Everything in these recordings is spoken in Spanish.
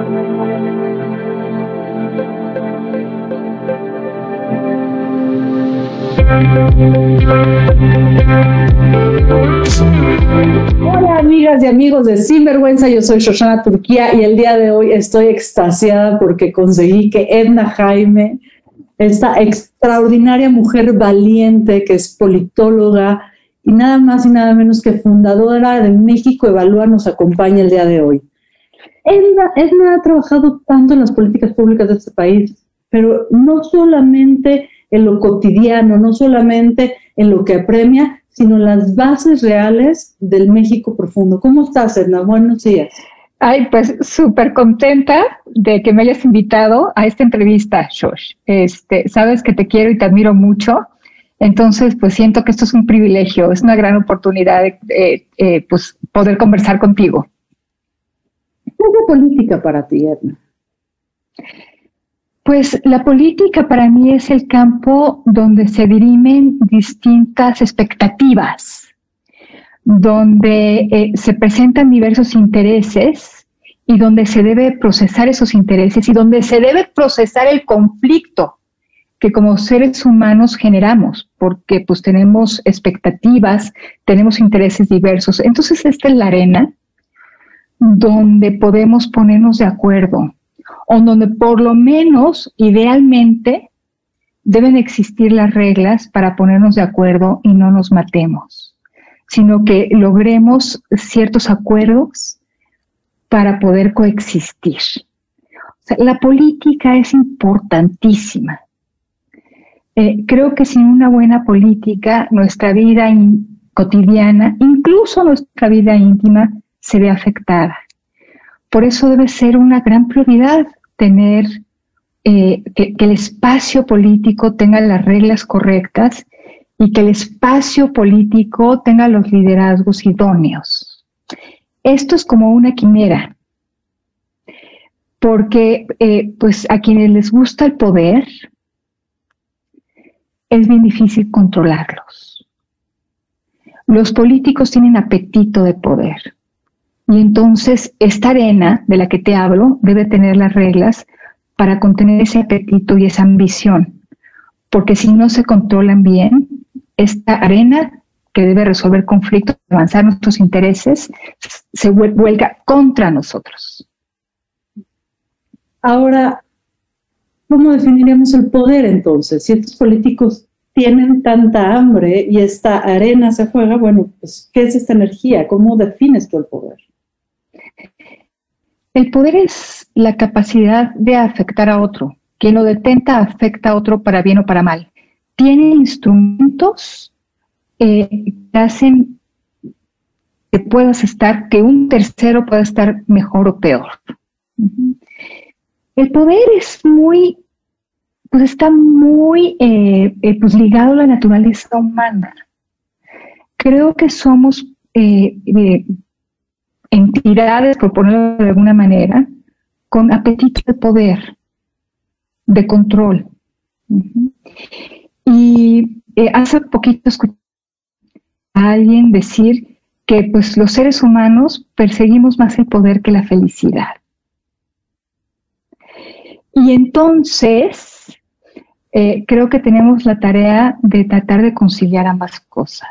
Hola amigas y amigos de Sinvergüenza, yo soy Shoshana Turquía y el día de hoy estoy extasiada porque conseguí que Edna Jaime, esta extraordinaria mujer valiente que es politóloga y nada más y nada menos que fundadora de México Evalúa, nos acompaña el día de hoy. Edna ha trabajado tanto en las políticas públicas de este país, pero no solamente en lo cotidiano, no solamente en lo que apremia, sino en las bases reales del México profundo. ¿Cómo estás, Edna? Buenos días. Ay, pues súper contenta de que me hayas invitado a esta entrevista, Shosh. Sabes que te quiero y te admiro mucho, entonces pues siento que esto es un privilegio, es una gran oportunidad de pues, poder conversar contigo. ¿Qué es la política para ti, Edna? Pues la política para mí es el campo donde se dirimen distintas expectativas, donde se presentan diversos intereses y donde se debe procesar esos intereses y donde se debe procesar el conflicto que como seres humanos generamos, porque pues tenemos expectativas, tenemos intereses diversos. Entonces esta es la arena donde podemos ponernos de acuerdo, o donde por lo menos, idealmente, deben existir las reglas para ponernos de acuerdo y no nos matemos, sino que logremos ciertos acuerdos para poder coexistir. O sea, la política es importantísima. Creo que sin una buena política, nuestra vida cotidiana, incluso nuestra vida íntima, se ve afectada. Por eso debe ser una gran prioridad tener que el espacio político tenga las reglas correctas y que el espacio político tenga los liderazgos idóneos. Esto es como una quimera, porque pues a quienes les gusta el poder es bien difícil controlarlos. Los políticos tienen apetito de poder. Y entonces esta arena de la que te hablo debe tener las reglas para contener ese apetito y esa ambición, porque si no se controlan bien, esta arena que debe resolver conflictos, avanzar nuestros intereses, se vuelca contra nosotros. Ahora, ¿cómo definiríamos el poder entonces? Si estos políticos tienen tanta hambre y esta arena se juega, bueno, pues, ¿qué es esta energía? ¿Cómo defines tú el poder? El poder es la capacidad de afectar a otro. Quien lo detenta afecta a otro para bien o para mal. Tiene instrumentos que hacen que un tercero pueda estar mejor o peor. El poder es está muy ligado a la naturaleza humana. Creo que somos entidades, por ponerlo de alguna manera, con apetito de poder, de control. Y hace poquito escuché a alguien decir que pues, los seres humanos perseguimos más el poder que la felicidad. Y entonces creo que tenemos la tarea de tratar de conciliar ambas cosas.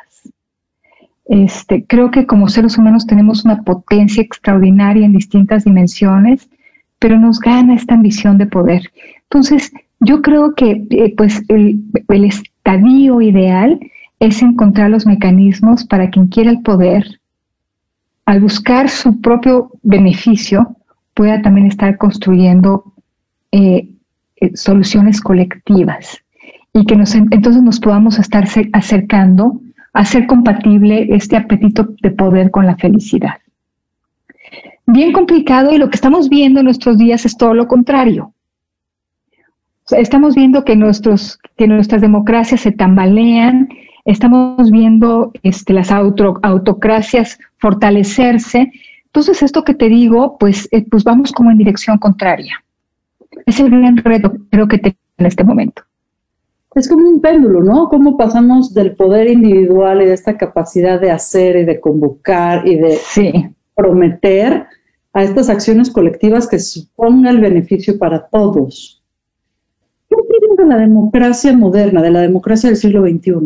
Creo que como seres humanos tenemos una potencia extraordinaria en distintas dimensiones, pero nos gana esta ambición de poder. Entonces, yo creo que el estadio ideal es encontrar los mecanismos para quien quiera el poder, al buscar su propio beneficio, pueda también estar construyendo soluciones colectivas y que entonces nos podamos estar acercando a hacer compatible este apetito de poder con la felicidad. Bien complicado, y lo que estamos viendo en nuestros días es todo lo contrario. O sea, estamos viendo que nuestras democracias se tambalean, estamos viendo las autocracias fortalecerse. Entonces, esto que te digo, pues vamos como en dirección contraria. Es el gran reto, creo que tenemos en este momento. Es como un péndulo, ¿no? Cómo pasamos del poder individual y de esta capacidad de hacer y de convocar y de prometer a estas acciones colectivas que suponga el beneficio para todos. ¿Qué opinan de la democracia moderna, de la democracia del siglo XXI?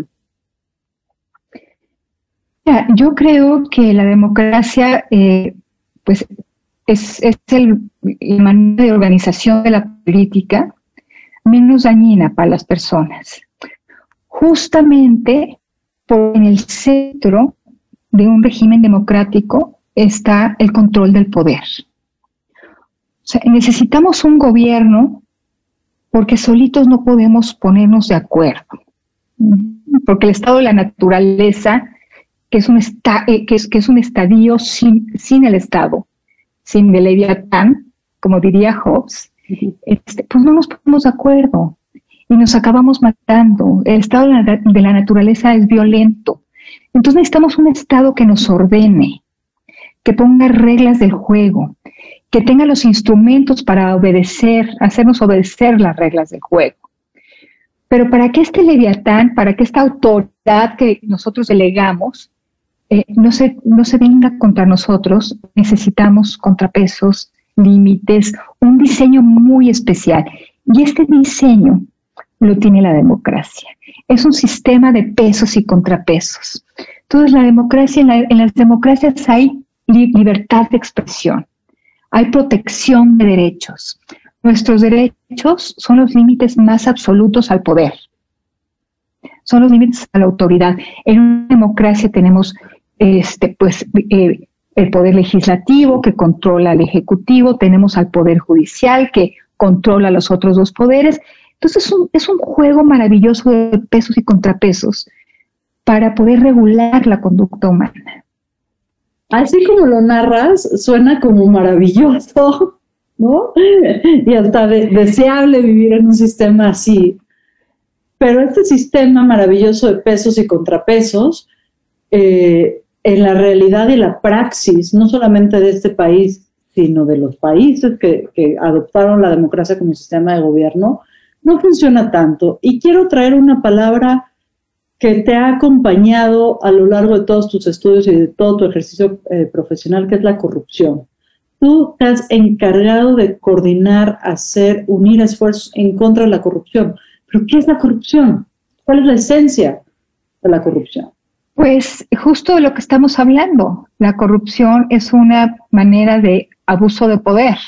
Yo creo que la democracia pues es la manera de organización de la política menos dañina para las personas. Justamente en el centro de un régimen democrático está el control del poder. O sea, necesitamos un gobierno porque solitos no podemos ponernos de acuerdo. Porque el estado de la naturaleza, que es un estadio sin el Estado, sin el Leviatán, como diría Hobbes, pues no nos ponemos de acuerdo y nos acabamos matando. El estado de la naturaleza es violento. Entonces necesitamos un Estado que nos ordene, que ponga reglas del juego, que tenga los instrumentos para hacernos obedecer las reglas del juego. Pero para que este Leviatán, para que esta autoridad que nosotros delegamos no se venga contra nosotros, necesitamos contrapesos, límites, un diseño muy especial. Y este diseño lo tiene la democracia. Es un sistema de pesos y contrapesos. Entonces, la democracia, en las democracias hay libertad de expresión, hay protección de derechos. Nuestros derechos son los límites más absolutos al poder, son los límites a la autoridad. En una democracia tenemos el poder legislativo que controla al ejecutivo, tenemos al poder judicial que controla los otros dos poderes. Entonces es un juego maravilloso de pesos y contrapesos para poder regular la conducta humana. Así como lo narras, suena como maravilloso, ¿no? Y hasta deseable vivir en un sistema así. Pero este sistema maravilloso de pesos y contrapesos, en la realidad y la praxis, no solamente de este país, sino de los países que adoptaron la democracia como sistema de gobierno, no funciona tanto. Y quiero traer una palabra que te ha acompañado a lo largo de todos tus estudios y de todo tu ejercicio profesional, que es la corrupción. Tú te has encargado de coordinar, unir esfuerzos en contra de la corrupción. ¿Pero qué es la corrupción? ¿Cuál es la esencia de la corrupción? Pues justo de lo que estamos hablando. La corrupción es una manera de abuso de poder.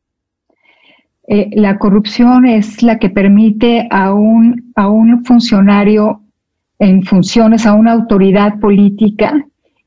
La corrupción es la que permite a un funcionario en funciones, a una autoridad política,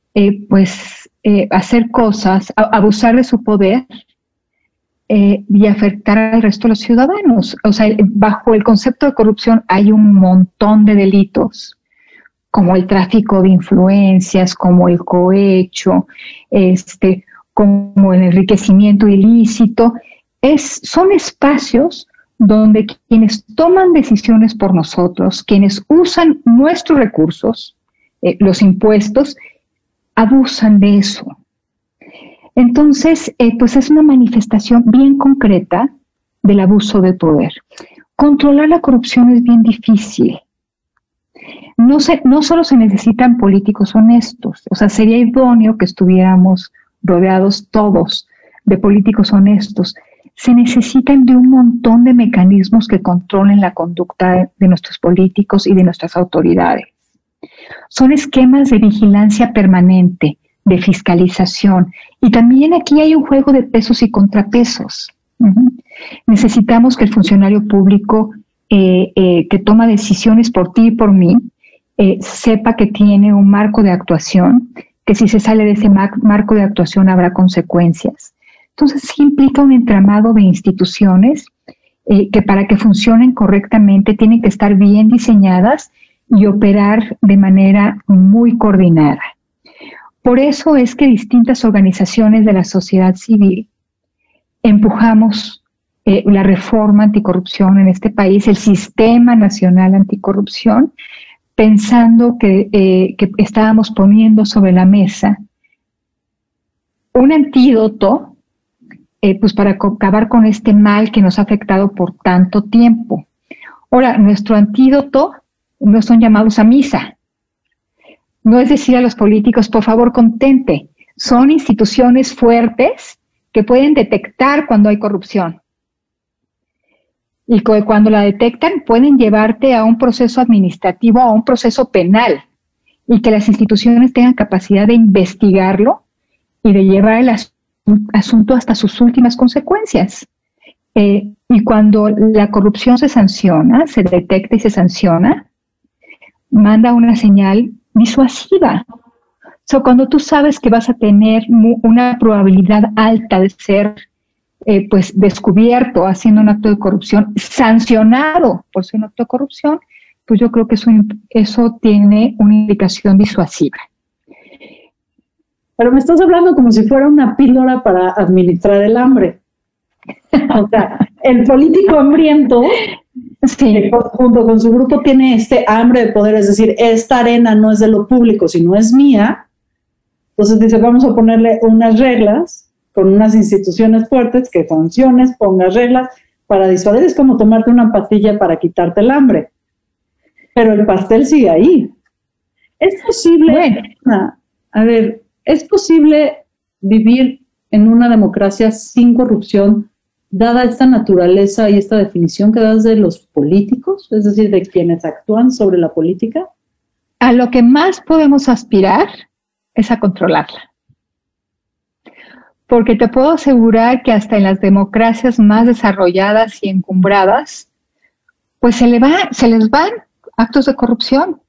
hacer cosas, abusar de su poder y afectar al resto de los ciudadanos. O sea, bajo el concepto de corrupción hay un montón de delitos, como el tráfico de influencias, como el cohecho, como el enriquecimiento ilícito. Son espacios donde quienes toman decisiones por nosotros, quienes usan nuestros recursos, los impuestos, abusan de eso. Entonces, pues es una manifestación bien concreta del abuso de poder. Controlar la corrupción es bien difícil. No solo se necesitan políticos honestos, o sea, sería idóneo que estuviéramos rodeados todos de políticos honestos. Se necesitan de un montón de mecanismos que controlen la conducta de nuestros políticos y de nuestras autoridades. Son esquemas de vigilancia permanente, de fiscalización, y también aquí hay un juego de pesos y contrapesos. Necesitamos que el funcionario público que toma decisiones por ti y por mí, sepa que tiene un marco de actuación, que si se sale de ese marco de actuación habrá consecuencias. Entonces sí implica un entramado de instituciones que para que funcionen correctamente tienen que estar bien diseñadas y operar de manera muy coordinada. Por eso es que distintas organizaciones de la sociedad civil empujamos la reforma anticorrupción en este país, el Sistema Nacional Anticorrupción, pensando que estábamos poniendo sobre la mesa un antídoto pues para acabar con este mal que nos ha afectado por tanto tiempo. Ahora, nuestro antídoto no son llamados a misa. No es decir a los políticos, por favor, contente. Son instituciones fuertes que pueden detectar cuando hay corrupción. Y que cuando la detectan pueden llevarte a un proceso administrativo, a un proceso penal, y que las instituciones tengan capacidad de investigarlo y de llevar el asunto hasta sus últimas consecuencias. Y cuando la corrupción se sanciona, se detecta y se sanciona, manda una señal disuasiva. Cuando tú sabes que vas a tener una probabilidad alta de ser pues descubierto haciendo un acto de corrupción, sancionado por ser un acto de corrupción, pues yo creo que eso tiene una indicación disuasiva. Pero me estás hablando como si fuera una píldora para administrar el hambre. O sea, el político hambriento, sí, junto con su grupo, tiene este hambre de poder, es decir, esta arena no es de lo público, sino es mía. Entonces dice, vamos a ponerle unas reglas con unas instituciones fuertes, que sanciones, pongas reglas para disuadir. Es como tomarte una pastilla para quitarte el hambre. Pero el pastel sigue ahí. ¿Es posible, es posible vivir en una democracia sin corrupción, dada esta naturaleza y esta definición que das de los políticos, es decir, de quienes actúan sobre la política? A lo que más podemos aspirar es a controlarla. Porque te puedo asegurar que hasta en las democracias más desarrolladas y encumbradas, pues se les van actos de corrupción.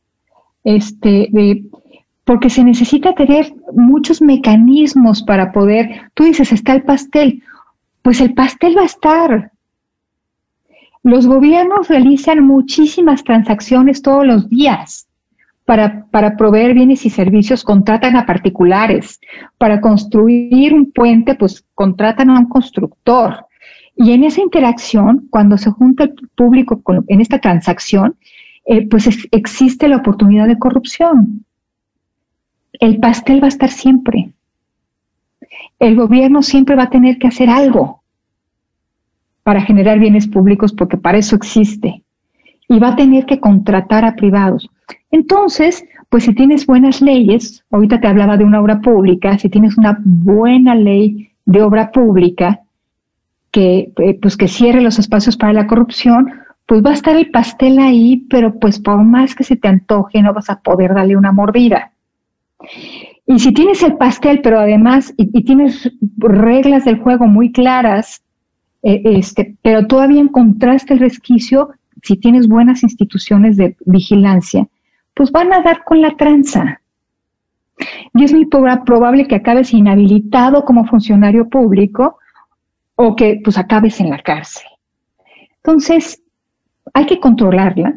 Porque se necesita tener muchos mecanismos para poder, tú dices, está el pastel, pues el pastel va a estar. Los gobiernos realizan muchísimas transacciones todos los días para proveer bienes y servicios, contratan a particulares. Para construir un puente, pues contratan a un constructor. Y en esa interacción, cuando se junta el público en esta transacción, pues existe la oportunidad de corrupción. El pastel va a estar siempre. El gobierno siempre va a tener que hacer algo para generar bienes públicos, porque para eso existe. Y va a tener que contratar a privados. Entonces, pues si tienes buenas leyes, ahorita te hablaba de una obra pública, si tienes una buena ley de obra pública que cierre los espacios para la corrupción, pues va a estar el pastel ahí, pero pues por más que se te antoje, no vas a poder darle una mordida. Y si tienes el pastel, pero además, y tienes reglas del juego muy claras, pero todavía encontraste el resquicio, si tienes buenas instituciones de vigilancia, pues van a dar con la tranza. Y es muy probable que acabes inhabilitado como funcionario público o que pues acabes en la cárcel. Entonces, hay que controlarla.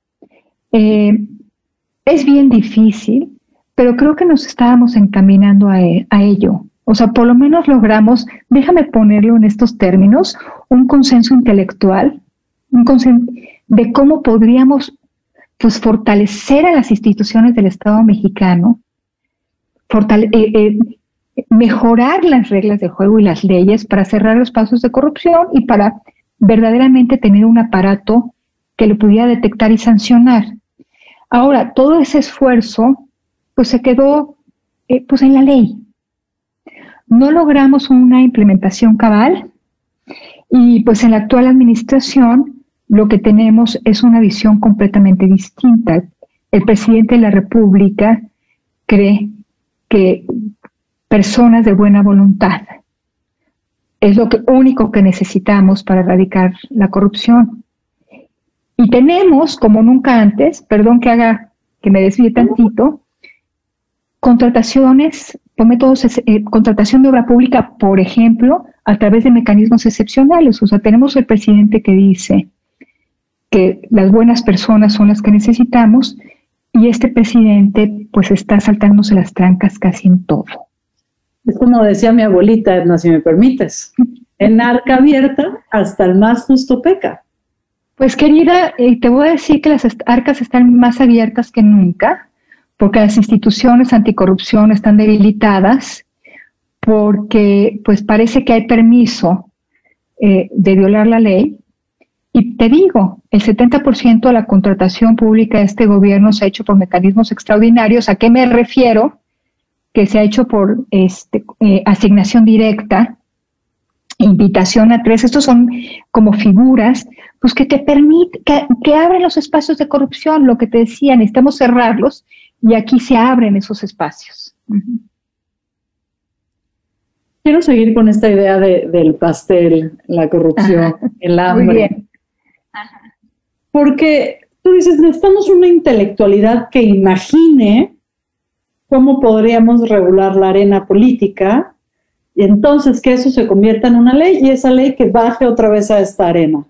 Es bien difícil, pero creo que nos estábamos encaminando a ello. O sea, por lo menos logramos, déjame ponerlo en estos términos, un consenso intelectual, un consenso de cómo podríamos pues fortalecer a las instituciones del Estado mexicano, mejorar las reglas de juego y las leyes para cerrar los pasos de corrupción y para verdaderamente tener un aparato que lo pudiera detectar y sancionar. Ahora, todo ese esfuerzo pues se quedó pues en la ley. No logramos una implementación cabal y pues en la actual administración lo que tenemos es una visión completamente distinta. El presidente de la República cree que personas de buena voluntad es lo único que necesitamos para erradicar la corrupción. Y tenemos, como nunca antes, perdón que me desvíe tantito, contrataciones, contratación de obra pública, por ejemplo, a través de mecanismos excepcionales. O sea, tenemos el presidente que dice que las buenas personas son las que necesitamos y este presidente pues está saltándose las trancas casi en todo. Es como decía mi abuelita, Edna, si me permites, en arca abierta hasta el más justo peca. Pues querida, te voy a decir que las arcas están más abiertas que nunca, porque las instituciones anticorrupción están debilitadas, porque pues parece que hay permiso de violar la ley. Y te digo, el 70% de la contratación pública de este gobierno se ha hecho por mecanismos extraordinarios. ¿A qué me refiero? Que se ha hecho por asignación directa Invitación a Tres. Estos son como figuras pues que te permiten, que abren los espacios de corrupción, lo que te decía, necesitamos cerrarlos y aquí se abren esos espacios. Quiero seguir con esta idea del pastel, la corrupción, el hambre. Muy bien. Porque tú dices, necesitamos una intelectualidad que imagine cómo podríamos regular la arena política y entonces que eso se convierta en una ley y esa ley que baje otra vez a esta arena.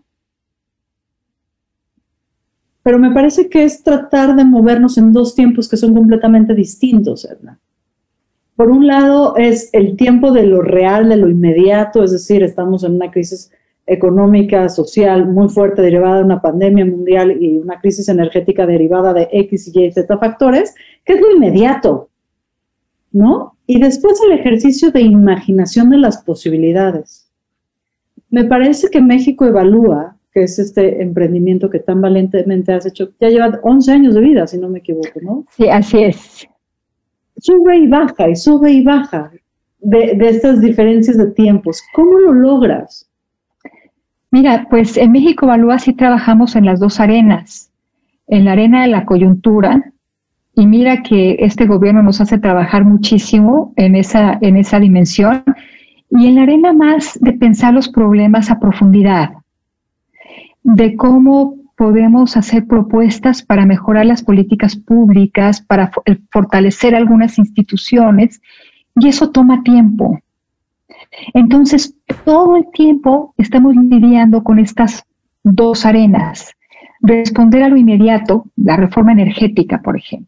Pero me parece que es tratar de movernos en dos tiempos que son completamente distintos, Edna. Por un lado es el tiempo de lo real, de lo inmediato, es decir, estamos en una crisis económica, social muy fuerte derivada de una pandemia mundial y una crisis energética derivada de X y Y, Z factores, que es lo inmediato, ¿no? Y después el ejercicio de imaginación de las posibilidades. Me parece que México Evalúa, que es este emprendimiento que tan valientemente has hecho, ya lleva 11 años de vida, si no me equivoco, ¿no? Sí, así es. Sube y baja de estas diferencias de tiempos. ¿Cómo lo logras? Mira, pues en México Evalúa sí trabajamos en las dos arenas, en la arena de la coyuntura, y mira que este gobierno nos hace trabajar muchísimo en esa dimensión, y en la arena más de pensar los problemas a profundidad, de cómo podemos hacer propuestas para mejorar las políticas públicas, para fortalecer algunas instituciones, y eso toma tiempo. Entonces, todo el tiempo estamos lidiando con estas dos arenas. Responder a lo inmediato, la reforma energética, por ejemplo.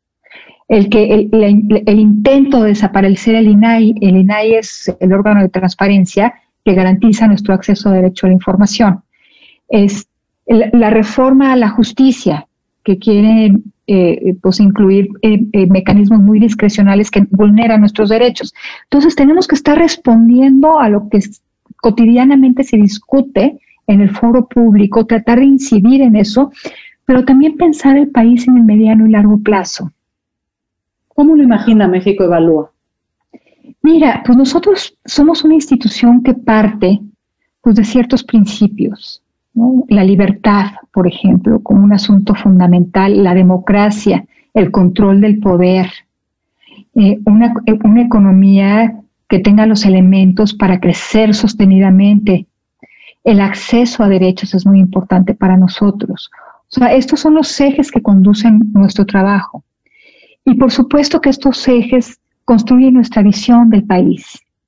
El intento de desaparecer el INAI es el órgano de transparencia que garantiza nuestro acceso a derecho a la información. Es la reforma a la justicia, que quiere pues incluir mecanismos muy discrecionales que vulneran nuestros derechos. Entonces tenemos que estar respondiendo a lo que cotidianamente se discute en el foro público, tratar de incidir en eso, pero también pensar el país en el mediano y largo plazo. ¿Cómo lo imagina México Evalúa? Mira, pues nosotros somos una institución que parte pues, de ciertos principios, ¿no? La libertad, por ejemplo, como un asunto fundamental, la democracia, el control del poder, una economía que tenga los elementos para crecer sostenidamente. El acceso a derechos es muy importante para nosotros. O sea, estos son los ejes que conducen nuestro trabajo. Y por supuesto que estos ejes construyen nuestra visión del país.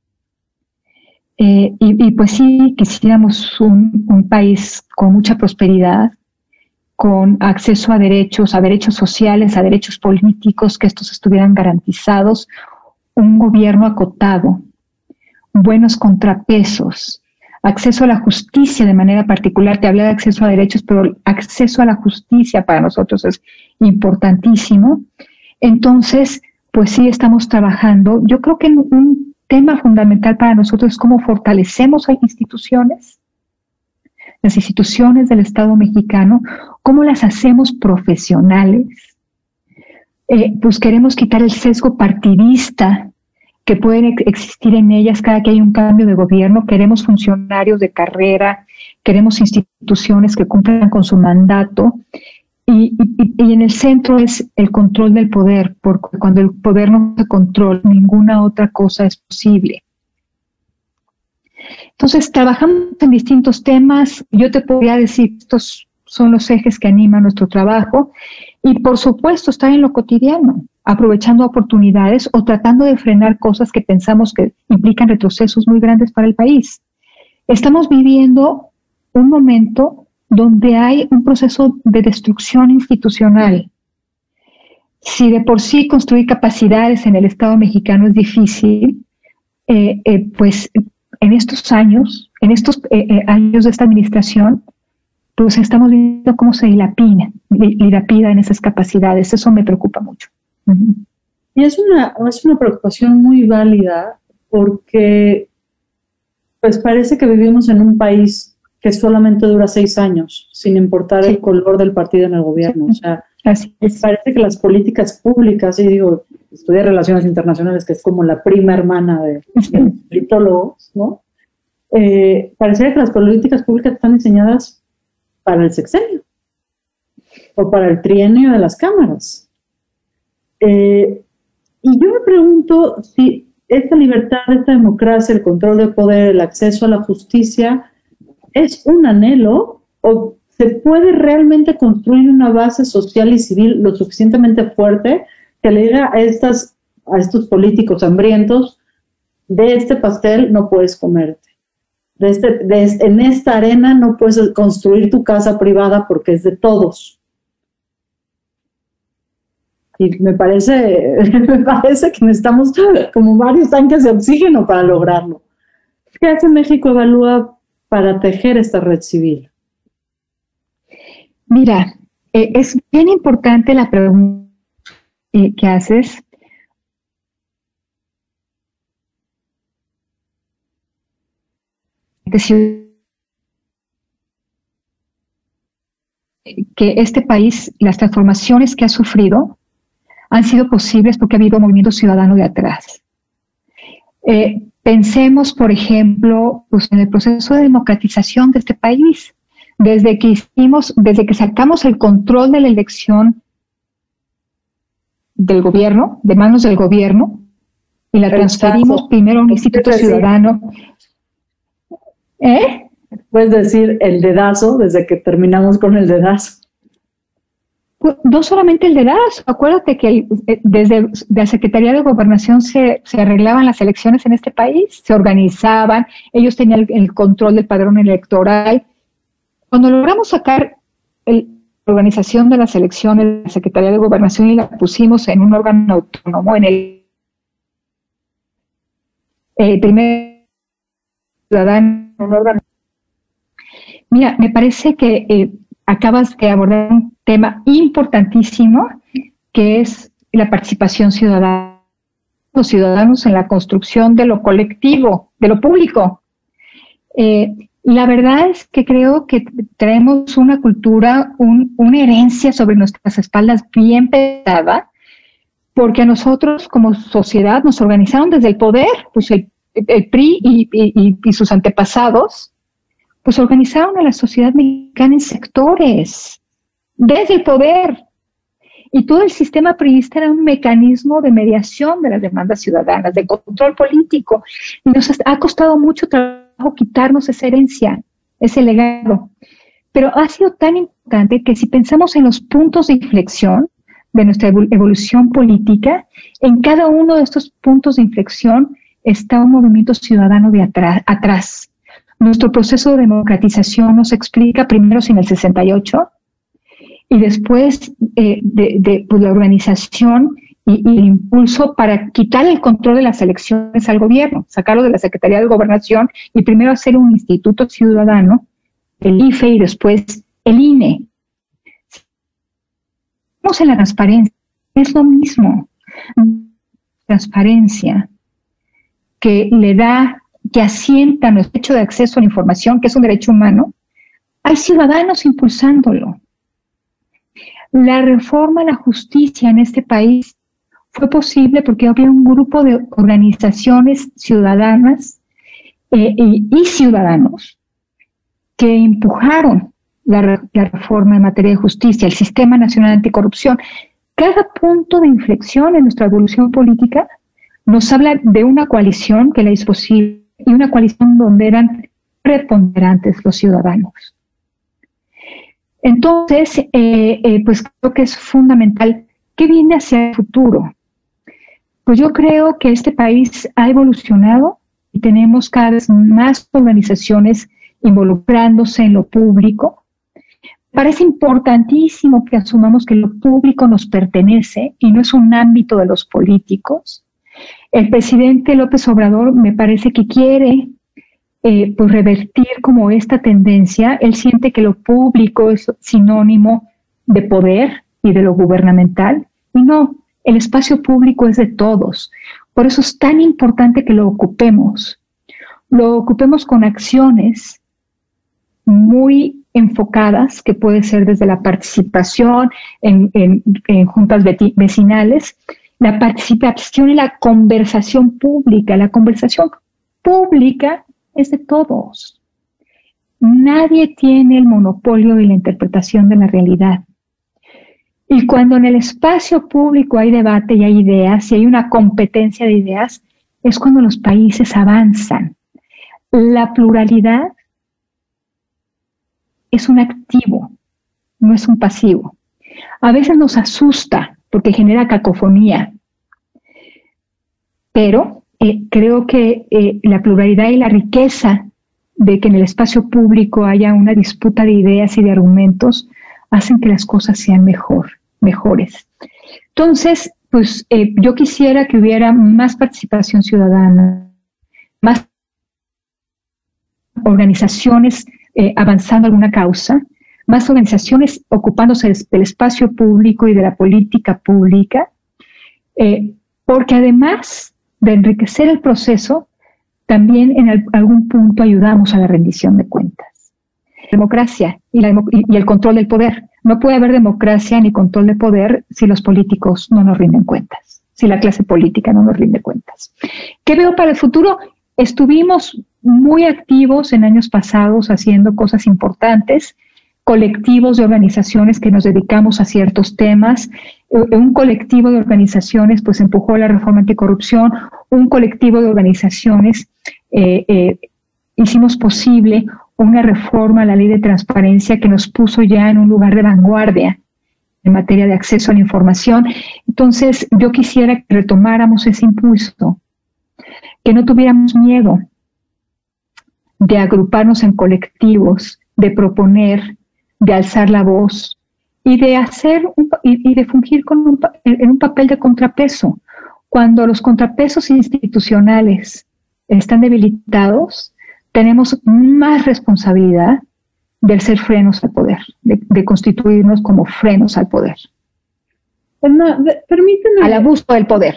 Y pues sí, quisiéramos un país con mucha prosperidad, con acceso a derechos sociales, a derechos políticos, que estos estuvieran garantizados, un gobierno acotado, buenos contrapesos, acceso a la justicia de manera particular. Te hablé de acceso a derechos, pero el acceso a la justicia para nosotros es importantísimo. Entonces, pues sí estamos trabajando. Yo creo que un tema fundamental para nosotros es cómo fortalecemos a las instituciones del Estado mexicano, cómo las hacemos profesionales. Pues queremos quitar el sesgo partidista que puede existir en ellas cada que hay un cambio de gobierno. Queremos funcionarios de carrera, queremos instituciones que cumplan con su mandato. Y en el centro es el control del poder, porque cuando el poder no se controla, ninguna otra cosa es posible. Entonces, trabajamos en distintos temas. Yo te podría decir, estos son los ejes que animan nuestro trabajo. Y, por supuesto, estar en lo cotidiano, aprovechando oportunidades o tratando de frenar cosas que pensamos que implican retrocesos muy grandes para el país. Estamos viviendo un momento donde hay un proceso de destrucción institucional. Si de por sí construir capacidades en el Estado mexicano es difícil, pues en estos años de esta administración, pues estamos viendo cómo se dilapidan esas capacidades. Eso me preocupa mucho. Uh-huh. Y es una preocupación muy válida porque pues parece que vivimos en un país que solamente dura 6 años, sin importar el color del partido en el gobierno. O sea, parece que las políticas públicas, y digo, estudié Relaciones Internacionales, que es como la prima hermana de politólogos, ¿no? pareciera que las políticas públicas están diseñadas para el sexenio o para el trienio de las cámaras. Y yo me pregunto si esta libertad, esta democracia, el control del poder, el acceso a la justicia, ¿es un anhelo o se puede realmente construir una base social y civil lo suficientemente fuerte que le diga a estos políticos hambrientos, de este pastel no puedes comerte, en esta arena no puedes construir tu casa privada porque es de todos? Y me parece que necesitamos como varios tanques de oxígeno para lograrlo. ¿Qué hace México Evalúa para tejer esta red civil? Mira, es bien importante la pregunta que haces. Que este país, las transformaciones que ha sufrido, han sido posibles porque ha habido movimiento ciudadano de atrás. Pensemos, por ejemplo, pues en el proceso de democratización de este país. Desde que sacamos el control de la elección del gobierno, de manos del gobierno, y la transferimos primero a un instituto ciudadano. Puedes decir el dedazo, desde que terminamos con el dedazo. No solamente el dedazo, acuérdate que desde la Secretaría de Gobernación se arreglaban las elecciones en este país, se organizaban, ellos tenían el control del padrón electoral. Cuando logramos sacar la organización de las elecciones de la Secretaría de Gobernación y la pusimos en un órgano autónomo, en el primer ciudadano, un órgano. Mira, me parece que acabas de abordar un tema importantísimo, que es la participación ciudadana, los ciudadanos en la construcción de lo colectivo, de lo público. La verdad es que creo que traemos una cultura, una herencia sobre nuestras espaldas bien pesada, porque a nosotros como sociedad nos organizaron desde el poder, pues el PRI y sus antepasados, pues organizaron a la sociedad mexicana en sectores, desde el poder. Y todo el sistema priista era un mecanismo de mediación de las demandas ciudadanas, de control político. Y nos ha costado mucho trabajo quitarnos esa herencia, ese legado. Pero ha sido tan importante que si pensamos en los puntos de inflexión de nuestra evolución política, en cada uno de estos puntos de inflexión está un movimiento ciudadano de atrás. Nuestro proceso de democratización nos explica primero sin el 68 y después pues la organización y el impulso para quitar el control de las elecciones al gobierno, sacarlo de la Secretaría de Gobernación y primero hacer un instituto ciudadano, el IFE y después el INE. Vamos en la transparencia, es lo mismo. Transparencia que asienta nuestro derecho de acceso a la información, que es un derecho humano, hay ciudadanos impulsándolo. La reforma a la justicia en este país fue posible porque había un grupo de organizaciones ciudadanas y ciudadanos que empujaron la reforma en materia de justicia, el Sistema Nacional Anticorrupción. Cada punto de inflexión en nuestra evolución política nos habla de una coalición que la hizo posible y una coalición donde eran preponderantes los ciudadanos. Entonces, pues creo que es fundamental. ¿Qué viene hacia el futuro? Pues yo creo que este país ha evolucionado y tenemos cada vez más organizaciones involucrándose en lo público. Parece importantísimo que asumamos que lo público nos pertenece y no es un ámbito de los políticos. El presidente López Obrador me parece que quiere pues revertir como esta tendencia. Él siente que lo público es sinónimo de poder y de lo gubernamental. Y no, el espacio público es de todos. Por eso es tan importante que lo ocupemos. Lo ocupemos con acciones muy enfocadas, que puede ser desde la participación en juntas vecinales, la participación y la conversación pública. La conversación pública es de todos. Nadie tiene el monopolio de la interpretación de la realidad. Y cuando en el espacio público hay debate y hay ideas, y hay una competencia de ideas, es cuando los países avanzan. La pluralidad es un activo, no es un pasivo. A veces nos asusta porque genera cacofonía, pero creo que la pluralidad y la riqueza de que en el espacio público haya una disputa de ideas y de argumentos hacen que las cosas sean mejores. Entonces, pues yo quisiera que hubiera más participación ciudadana, más organizaciones avanzando en alguna causa, más organizaciones ocupándose del espacio público y de la política pública, porque además de enriquecer el proceso, también en algún punto ayudamos a la rendición de cuentas. Democracia y el control del poder. No puede haber democracia ni control de poder si los políticos no nos rinden cuentas, si la clase política no nos rinde cuentas. ¿Qué veo para el futuro? Estuvimos muy activos en años pasados haciendo cosas importantes, colectivos de organizaciones que nos dedicamos a ciertos temas. Un colectivo de organizaciones pues empujó la reforma anticorrupción, un colectivo de organizaciones hicimos posible una reforma a la ley de transparencia que nos puso ya en un lugar de vanguardia en materia de acceso a la información. Entonces, yo quisiera que retomáramos ese impulso, que no tuviéramos miedo de agruparnos en colectivos, de proponer, de alzar la voz y de hacer y de fungir en un papel de contrapeso. Cuando los contrapesos institucionales están debilitados, tenemos más responsabilidad del ser frenos al poder, de constituirnos como frenos al poder. Permíteme. Al abuso del poder.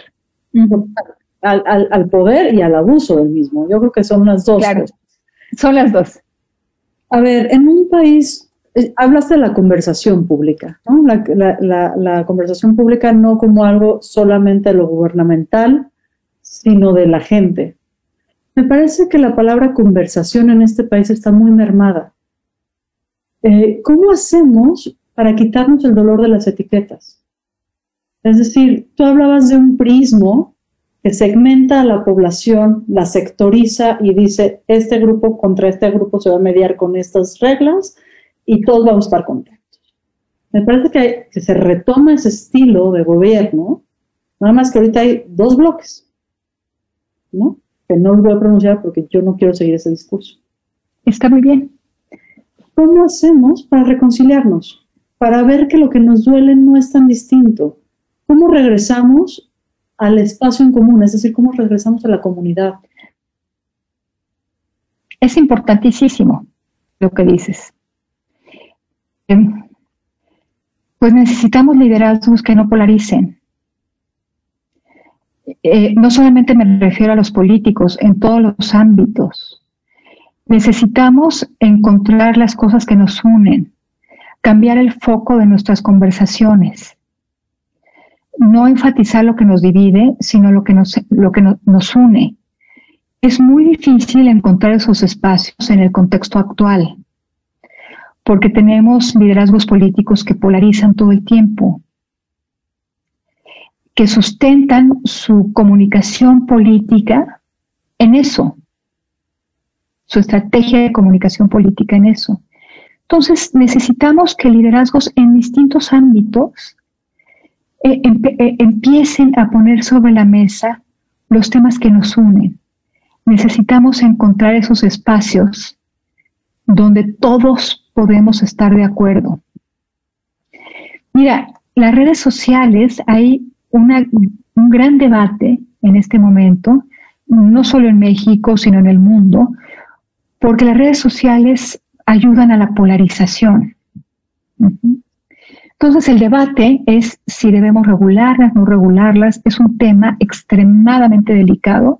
Al poder y al abuso del mismo. Yo creo que son las dos. Claro, son las dos. A ver, en un país, hablaste de la conversación pública, ¿no? La conversación pública no como algo solamente de lo gubernamental, sino de la gente. Me parece que la palabra conversación en este país está muy mermada. ¿Cómo hacemos para quitarnos el dolor de las etiquetas? Es decir, tú hablabas de un prismo que segmenta a la población, la sectoriza y dice, este grupo contra este grupo se va a mediar con estas reglas y todos vamos a estar contentos. Me parece que se retoma ese estilo de gobierno, nada más que ahorita hay dos bloques, ¿no? Que no lo voy a pronunciar porque yo no quiero seguir ese discurso. Está muy bien. ¿Cómo hacemos para reconciliarnos? Para ver que lo que nos duele no es tan distinto. ¿Cómo regresamos al espacio en común? Es decir, ¿cómo regresamos a la comunidad? Es importantísimo lo que dices. Pues necesitamos liderazgos que no polaricen. No solamente me refiero a los políticos, en todos los ámbitos. Necesitamos encontrar las cosas que nos unen, cambiar el foco de nuestras conversaciones. No enfatizar lo que nos divide, sino lo que nos une. Es muy difícil encontrar esos espacios en el contexto actual, porque tenemos liderazgos políticos que polarizan todo el tiempo, que sustentan su comunicación política en eso, su estrategia de comunicación política en eso. Entonces, necesitamos que liderazgos en distintos ámbitos empiecen a poner sobre la mesa los temas que nos unen. Necesitamos encontrar esos espacios donde todos podemos estar de acuerdo. Mira, las redes sociales, hay un gran debate en este momento, no solo en México, sino en el mundo, porque las redes sociales ayudan a la polarización. Entonces, el debate es si debemos regularlas, no regularlas. Es un tema extremadamente delicado.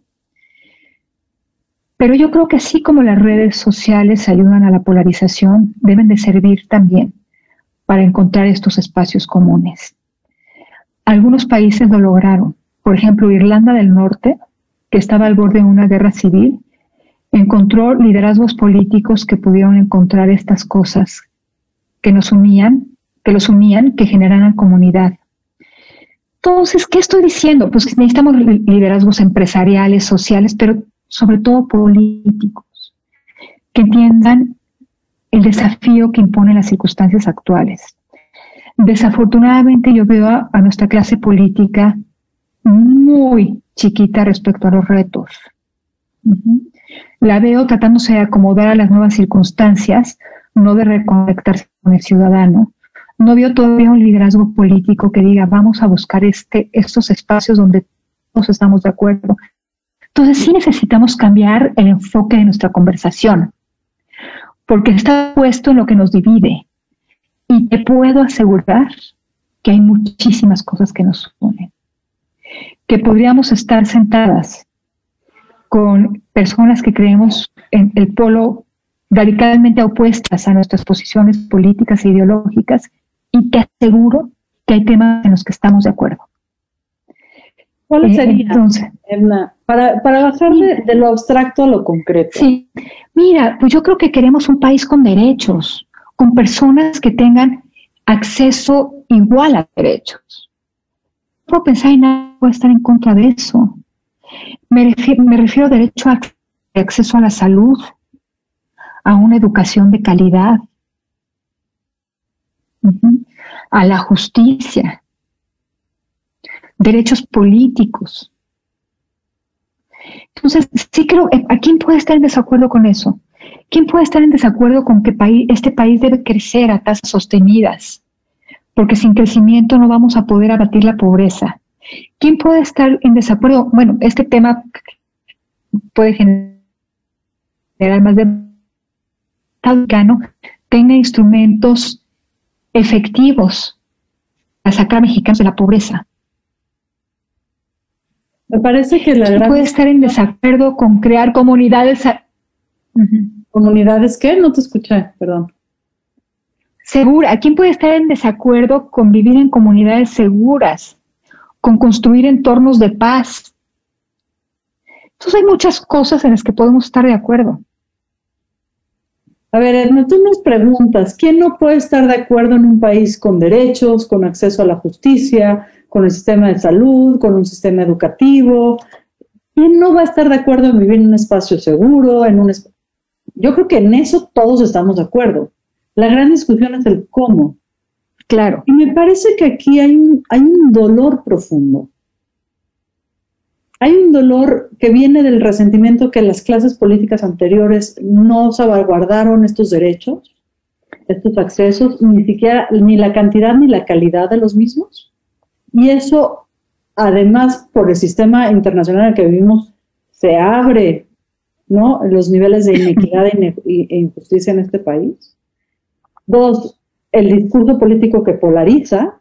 Pero yo creo que así como las redes sociales ayudan a la polarización, deben de servir también para encontrar estos espacios comunes. Algunos países lo lograron. Por ejemplo, Irlanda del Norte, que estaba al borde de una guerra civil, encontró liderazgos políticos que pudieron encontrar estas cosas que nos unían, que generaran comunidad. Entonces, ¿qué estoy diciendo? Pues que necesitamos liderazgos empresariales, sociales, pero sobre todo políticos, que entiendan el desafío que imponen las circunstancias actuales. Desafortunadamente yo veo a nuestra clase política muy chiquita respecto a los retos. La veo tratándose de acomodar a las nuevas circunstancias, no de reconectarse con el ciudadano. No veo todavía un liderazgo político que diga vamos a buscar estos espacios donde todos estamos de acuerdo. Entonces sí necesitamos cambiar el enfoque de nuestra conversación, porque está puesto en lo que nos divide. Y te puedo asegurar que hay muchísimas cosas que nos unen. Que podríamos estar sentadas con personas que creemos en el polo radicalmente opuestas a nuestras posiciones políticas e ideológicas, y te aseguro que hay temas en los que estamos de acuerdo. ¿Cuál sería, entonces, Edna, para bajar de lo abstracto a lo concreto? Sí, mira, pues yo creo que queremos un país con derechos, con personas que tengan acceso igual a derechos. No puedo pensar en nada, puedo estar en contra de eso. Me refiero a derecho a acceso a la salud, a una educación de calidad, a la justicia, derechos políticos. Entonces, sí creo, ¿a quién puede estar en desacuerdo con eso? ¿Quién puede estar en desacuerdo con que este país debe crecer a tasas sostenidas? Porque sin crecimiento no vamos a poder abatir la pobreza. ¿Quién puede estar en desacuerdo? Bueno, este tema puede generar más de tenga instrumentos efectivos para sacar a mexicanos de la pobreza. Me parece que la ¿Quién puede estar en desacuerdo con crear comunidades? ¿Comunidades qué? No te escuché, perdón. Segura. ¿Quién puede estar en desacuerdo con vivir en comunidades seguras, con construir entornos de paz? Entonces hay muchas cosas en las que podemos estar de acuerdo. A ver, Edna, tú nos preguntas, ¿quién no puede estar de acuerdo en un país con derechos, con acceso a la justicia, con el sistema de salud, con un sistema educativo? ¿Quién no va a estar de acuerdo en vivir en un espacio seguro? Yo creo que en eso todos estamos de acuerdo. La gran discusión es el cómo. Claro. Y me parece que aquí hay un dolor profundo. Hay un dolor que viene del resentimiento que las clases políticas anteriores no salvaguardaron estos derechos, estos accesos, ni siquiera ni la cantidad ni la calidad de los mismos. Y eso, además, por el sistema internacional en el que vivimos, se abre, ¿no?, los niveles de inequidad e injusticia en este país. 2, el discurso político que polariza.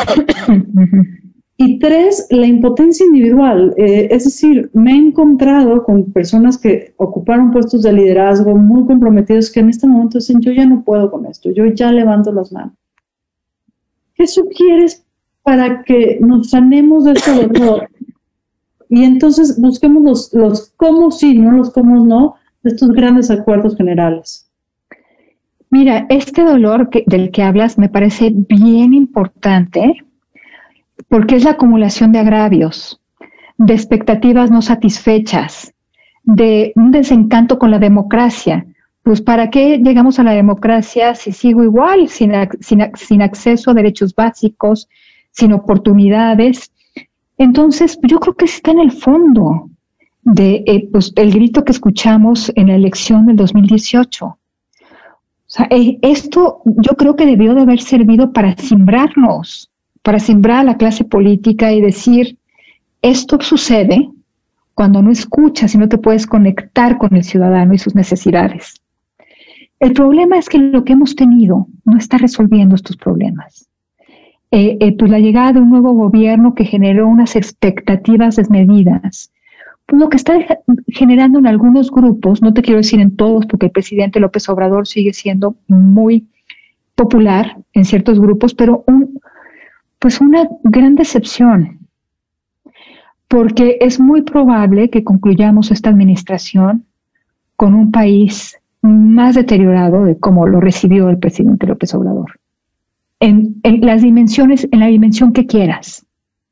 Y 3, la impotencia individual. Es decir, me he encontrado con personas que ocuparon puestos de liderazgo muy comprometidos que en este momento dicen, yo ya no puedo con esto, yo ya levanto las manos. ¿Qué sugieres para que nos sanemos de este dolor? Y entonces busquemos los cómo sí, no los cómo no, de estos grandes acuerdos generales. Mira, este dolor del que hablas me parece bien importante porque es la acumulación de agravios, de expectativas no satisfechas, de un desencanto con la democracia. Pues ¿para qué llegamos a la democracia si sigo igual, sin acceso a derechos básicos, sin oportunidades? Entonces, yo creo que está en el fondo de pues, el grito que escuchamos en la elección del 2018. O sea, esto yo creo que debió de haber servido para sembrarnos, para sembrar a la clase política y decir, esto sucede cuando no escuchas y no te puedes conectar con el ciudadano y sus necesidades. El problema es que lo que hemos tenido no está resolviendo estos problemas. Pues la llegada de un nuevo gobierno que generó unas expectativas desmedidas, pues lo que está generando en algunos grupos, no te quiero decir en todos, porque el presidente López Obrador sigue siendo muy popular en ciertos grupos, pero pues una gran decepción, porque es muy probable que concluyamos esta administración con un país más deteriorado de cómo lo recibió el presidente López Obrador. En las dimensiones, en la dimensión que quieras.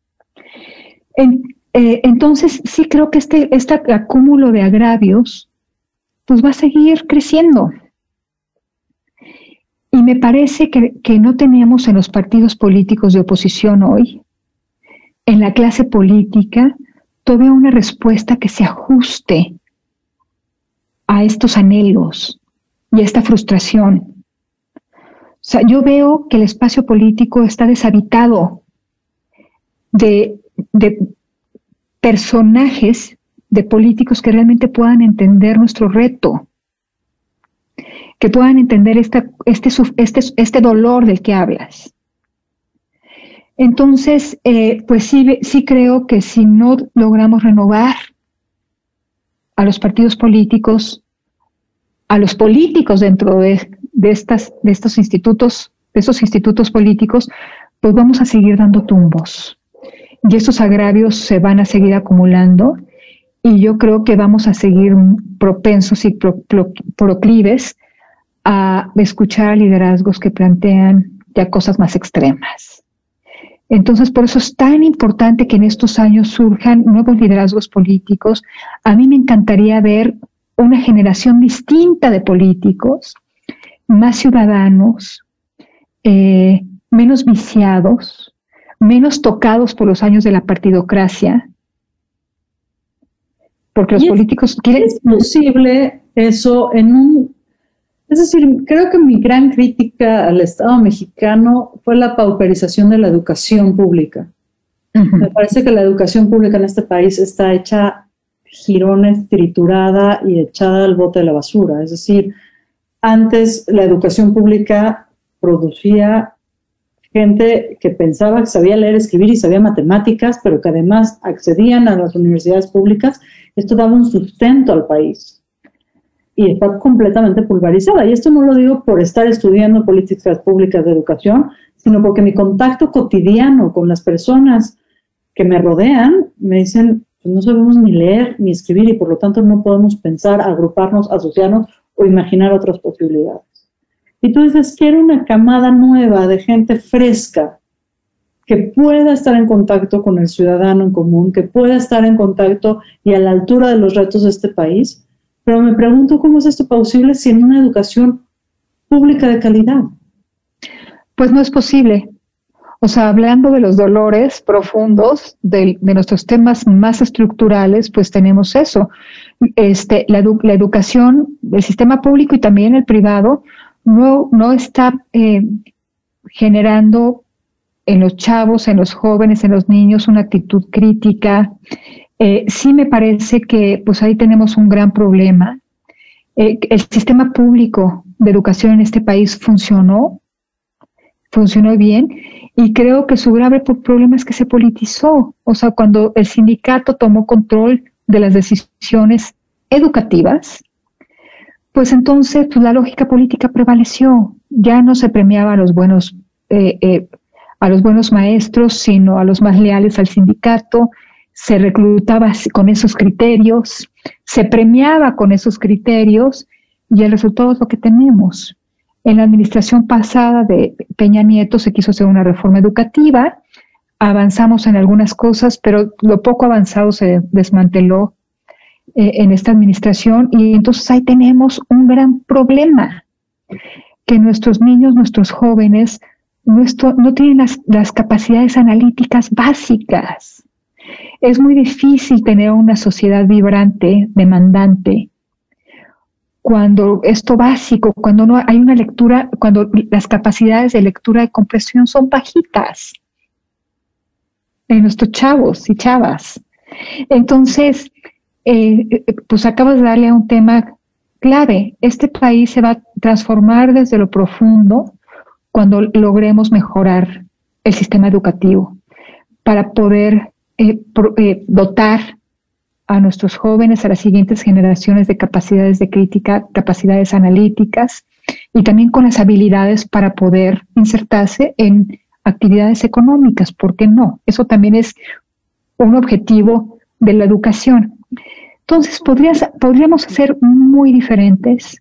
Entonces, sí creo que este acúmulo de agravios pues va a seguir creciendo. Y me parece que no tenemos en los partidos políticos de oposición hoy, en la clase política, todavía una respuesta que se ajuste a estos anhelos y a esta frustración. O sea, yo veo que el espacio político está deshabitado de personajes, de políticos que realmente puedan entender nuestro reto, que puedan entender este dolor del que hablas. Entonces, pues sí creo que si no logramos renovar a los partidos políticos, a los políticos dentro de estos institutos políticos, pues vamos a seguir dando tumbos. Y estos agravios se van a seguir acumulando y yo creo que vamos a seguir propensos y proclives a escuchar liderazgos que plantean ya cosas más extremas. Entonces, por eso es tan importante que en estos años surjan nuevos liderazgos políticos. A mí me encantaría ver una generación distinta de políticos, más ciudadanos, menos viciados, menos tocados por los años de la partidocracia, porque los políticos quieren... ¿Es posible eso Es decir, creo que mi gran crítica al Estado mexicano fue la pauperización de la educación pública. Uh-huh. Me parece que la educación pública en este país está hecha jirones, triturada y echada al bote de la basura. Es decir, antes la educación pública producía gente que pensaba que sabía leer, escribir y sabía matemáticas, pero que además accedían a las universidades públicas. Esto daba un sustento al país. Y está completamente pulverizada. Y esto no lo digo por estar estudiando políticas públicas de educación, sino porque mi contacto cotidiano con las personas que me rodean me dicen, pues no sabemos ni leer ni escribir y por lo tanto no podemos pensar, agruparnos, asociarnos o imaginar otras posibilidades. Y tú dices, quiero una camada nueva de gente fresca que pueda estar en contacto con el ciudadano en común, que pueda estar en contacto y a la altura de los retos de este país. Pero me pregunto cómo es esto posible sin una educación pública de calidad. Pues no es posible. O sea, hablando de los dolores profundos de nuestros temas más estructurales, pues tenemos eso. La educación, el sistema público y también el privado, no está generando en los chavos, en los jóvenes, en los niños una actitud crítica. Sí me parece que pues ahí tenemos un gran problema. El sistema público de educación en este país funcionó bien y creo que su grave problema es que se politizó. O sea, cuando el sindicato tomó control de las decisiones educativas, pues entonces pues, la lógica política prevaleció. Ya no se premiaba a los buenos maestros, sino a los más leales al sindicato. Se reclutaba con esos criterios, se premiaba con esos criterios y el resultado es lo que tenemos. En la administración pasada de Peña Nieto se quiso hacer una reforma educativa, avanzamos en algunas cosas, pero lo poco avanzado se desmanteló en esta administración y entonces ahí tenemos un gran problema, que nuestros niños, nuestros jóvenes no tienen las capacidades analíticas básicas. Es muy difícil tener una sociedad vibrante, demandante, cuando esto básico, cuando no hay una lectura, cuando las capacidades de lectura y comprensión son bajitas en nuestros chavos y chavas. Entonces, pues acabas de darle a un tema clave. Este país se va a transformar desde lo profundo cuando logremos mejorar el sistema educativo para poder dotar a nuestros jóvenes, a las siguientes generaciones de capacidades de crítica, capacidades analíticas y también con las habilidades para poder insertarse en actividades económicas. ¿Por qué no? Eso también es un objetivo de la educación. Entonces podríamos ser muy diferentes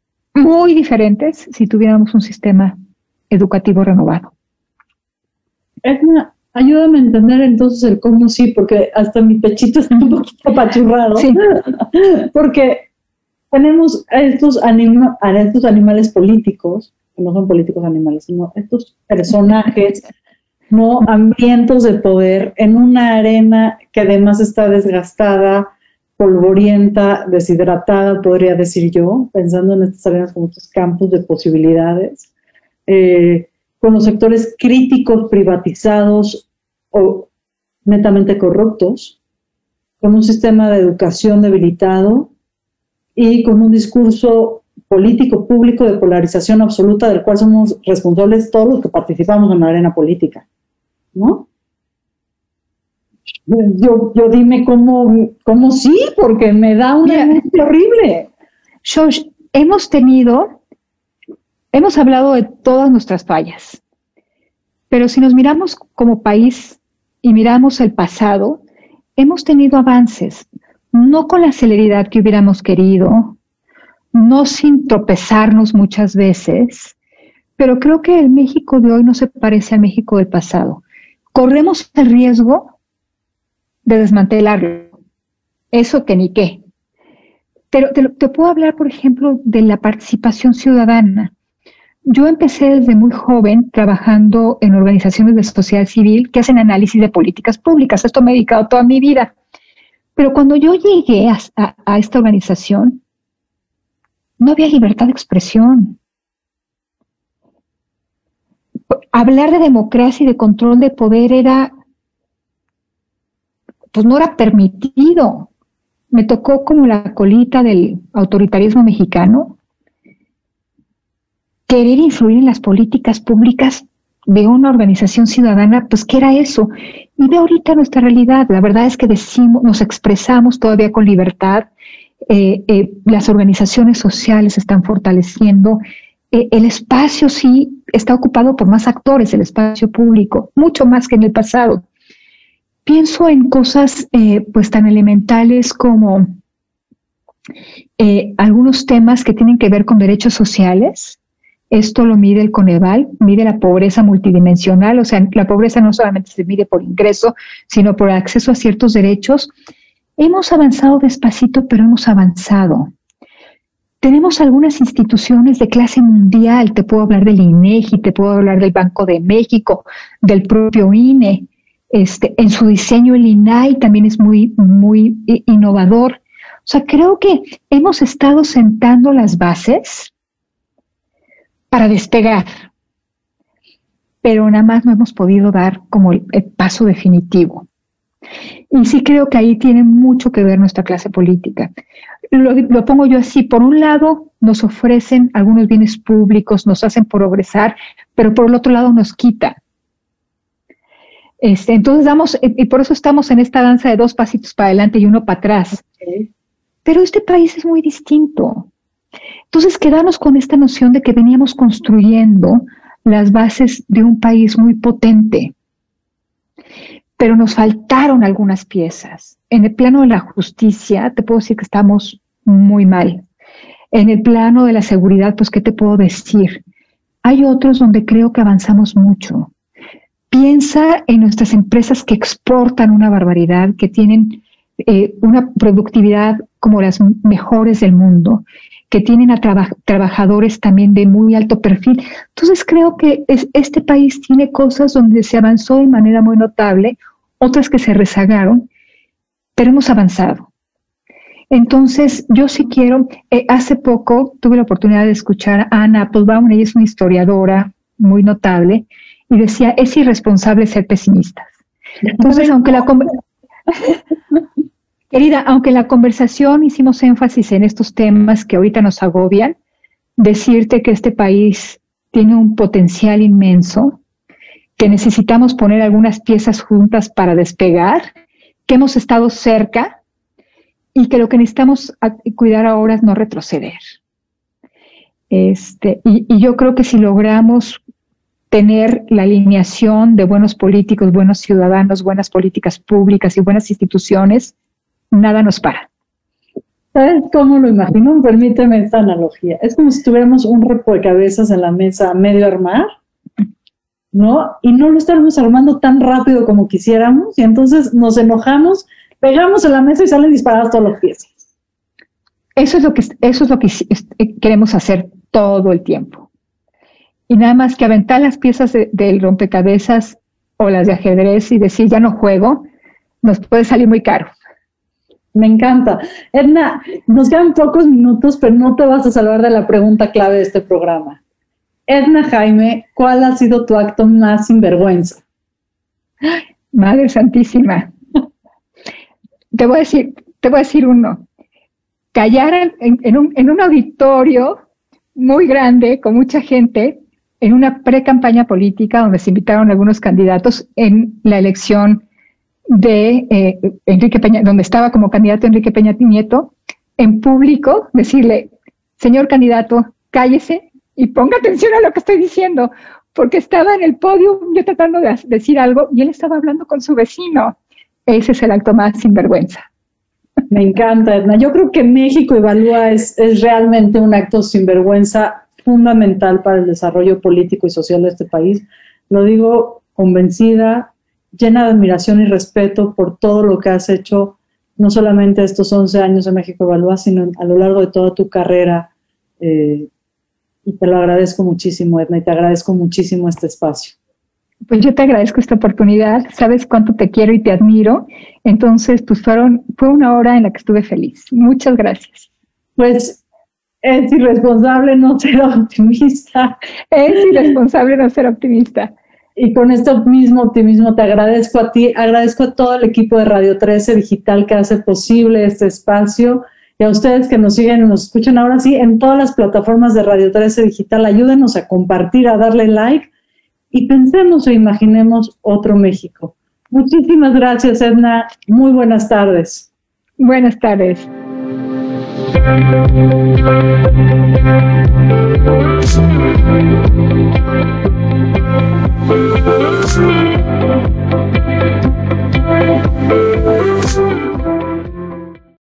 si tuviéramos un sistema educativo renovado. Edna, ayúdame a entender entonces el cómo sí, porque hasta mi pechito está un poquito apachurrado. Sí. Porque tenemos a estos animales políticos, que no son políticos animales, sino estos personajes no hambrientos de poder en una arena que además está desgastada, polvorienta, deshidratada, podría decir yo, pensando en estas arenas como estos campos de posibilidades, con los sectores críticos privatizados o netamente corruptos, con un sistema de educación debilitado y con un discurso político público de polarización absoluta del cual somos responsables todos los que participamos en la arena política, ¿no? Yo dime cómo sí, porque me da una angustia horrible. Shosh, hemos hablado de todas nuestras fallas, pero si nos miramos como país y miramos el pasado, hemos tenido avances, no con la celeridad que hubiéramos querido, no sin tropezarnos muchas veces, pero creo que el México de hoy no se parece al México del pasado. Corremos el riesgo de desmantelarlo, eso que ni qué. Pero te puedo hablar, por ejemplo, de la participación ciudadana. Yo empecé desde muy joven trabajando en organizaciones de sociedad civil que hacen análisis de políticas públicas. Esto me he dedicado toda mi vida. Pero cuando yo llegué a esta organización, no había libertad de expresión. Hablar de democracia y de control de poder no era permitido. Me tocó como la colita del autoritarismo mexicano querer influir en las políticas públicas de una organización ciudadana, pues ¿qué era eso? Y ve ahorita nuestra realidad. La verdad es que nos expresamos todavía con libertad. Las organizaciones sociales se están fortaleciendo. El espacio sí está ocupado por más actores, el espacio público, mucho más que en el pasado. Pienso en cosas pues tan elementales como algunos temas que tienen que ver con derechos sociales. Esto lo mide el Coneval, mide la pobreza multidimensional, o sea, la pobreza no solamente se mide por ingreso, sino por acceso a ciertos derechos. Hemos avanzado despacito, pero hemos avanzado. Tenemos algunas instituciones de clase mundial, te puedo hablar del INEGI, te puedo hablar del Banco de México, del propio INE. En su diseño el INAI también es muy, muy innovador. O sea, creo que hemos estado sentando las bases para despegar, pero nada más no hemos podido dar como el paso definitivo. Y sí creo que ahí tiene mucho que ver nuestra clase política. Lo pongo yo así, por un lado nos ofrecen algunos bienes públicos, nos hacen progresar, pero por el otro lado nos quitan. Entonces y por eso estamos en esta danza de 2 pasitos para adelante y 1 para atrás. Okay. Pero este país es muy distinto. Entonces quedarnos con esta noción de que veníamos construyendo las bases de un país muy potente, pero nos faltaron algunas piezas. En el plano de la justicia, te puedo decir que estamos muy mal. En el plano de la seguridad, pues, ¿qué te puedo decir? Hay otros donde creo que avanzamos mucho. Piensa en nuestras empresas que exportan una barbaridad, que tienen una productividad como las mejores del mundo, que tienen a trabajadores también de muy alto perfil. Entonces creo que este país tiene cosas donde se avanzó de manera muy notable, otras que se rezagaron, pero hemos avanzado. Entonces yo sí quiero, hace poco tuve la oportunidad de escuchar a Anna Applebaum, ella es una historiadora muy notable, y decía, es irresponsable ser pesimistas. Entonces, querida, aunque en la conversación hicimos énfasis en estos temas que ahorita nos agobian, decirte que este país tiene un potencial inmenso, que necesitamos poner algunas piezas juntas para despegar, que hemos estado cerca y que lo que necesitamos cuidar ahora es no retroceder. Y yo creo que si logramos tener la alineación de buenos políticos, buenos ciudadanos, buenas políticas públicas y buenas instituciones, nada nos para. ¿Sabes cómo lo imagino? Permíteme esta analogía. Es como si tuviéramos un rompecabezas en la mesa a medio armar, ¿no? Y no lo estamos armando tan rápido como quisiéramos, y entonces nos enojamos, pegamos en la mesa y salen disparadas todas las piezas. Eso es lo que queremos hacer todo el tiempo. Y nada más que aventar las piezas del rompecabezas o las de ajedrez y decir ya no juego, nos puede salir muy caro. Me encanta. Edna, nos quedan pocos minutos, pero no te vas a salvar de la pregunta clave de este programa. Edna Jaime, ¿cuál ha sido tu acto más sinvergüenza? Madre Santísima. Te voy a decir uno. Callar en un auditorio muy grande, con mucha gente, en una pre-campaña política donde se invitaron algunos candidatos en la elección de Enrique Peña, donde estaba como candidato Enrique Peña Nieto, en público, decirle, señor candidato, cállese y ponga atención a lo que estoy diciendo, porque estaba en el podio yo tratando de decir algo y él estaba hablando con su vecino. Ese es el acto más sinvergüenza. Me encanta, Edna. Yo creo que México Evalúa es realmente un acto sinvergüenza fundamental para el desarrollo político y social de este país. Lo digo convencida, llena de admiración y respeto por todo lo que has hecho, no solamente estos 11 años de México Evalúa, sino a lo largo de toda tu carrera. Y te lo agradezco muchísimo, Edna, y te agradezco muchísimo este espacio. Pues yo te agradezco esta oportunidad, sabes cuánto te quiero y te admiro, entonces pues fue una hora en la que estuve feliz. Muchas gracias. Pues es irresponsable no ser optimista. Es irresponsable no ser optimista. Y con este mismo optimismo te agradezco a ti, agradezco a todo el equipo de Radio 13 Digital que hace posible este espacio, y a ustedes que nos siguen y nos escuchan ahora sí en todas las plataformas de Radio 13 Digital. Ayúdenos a compartir, a darle like, y pensemos o imaginemos otro México. Muchísimas gracias, Edna. Muy buenas tardes. Buenas tardes. Thank you.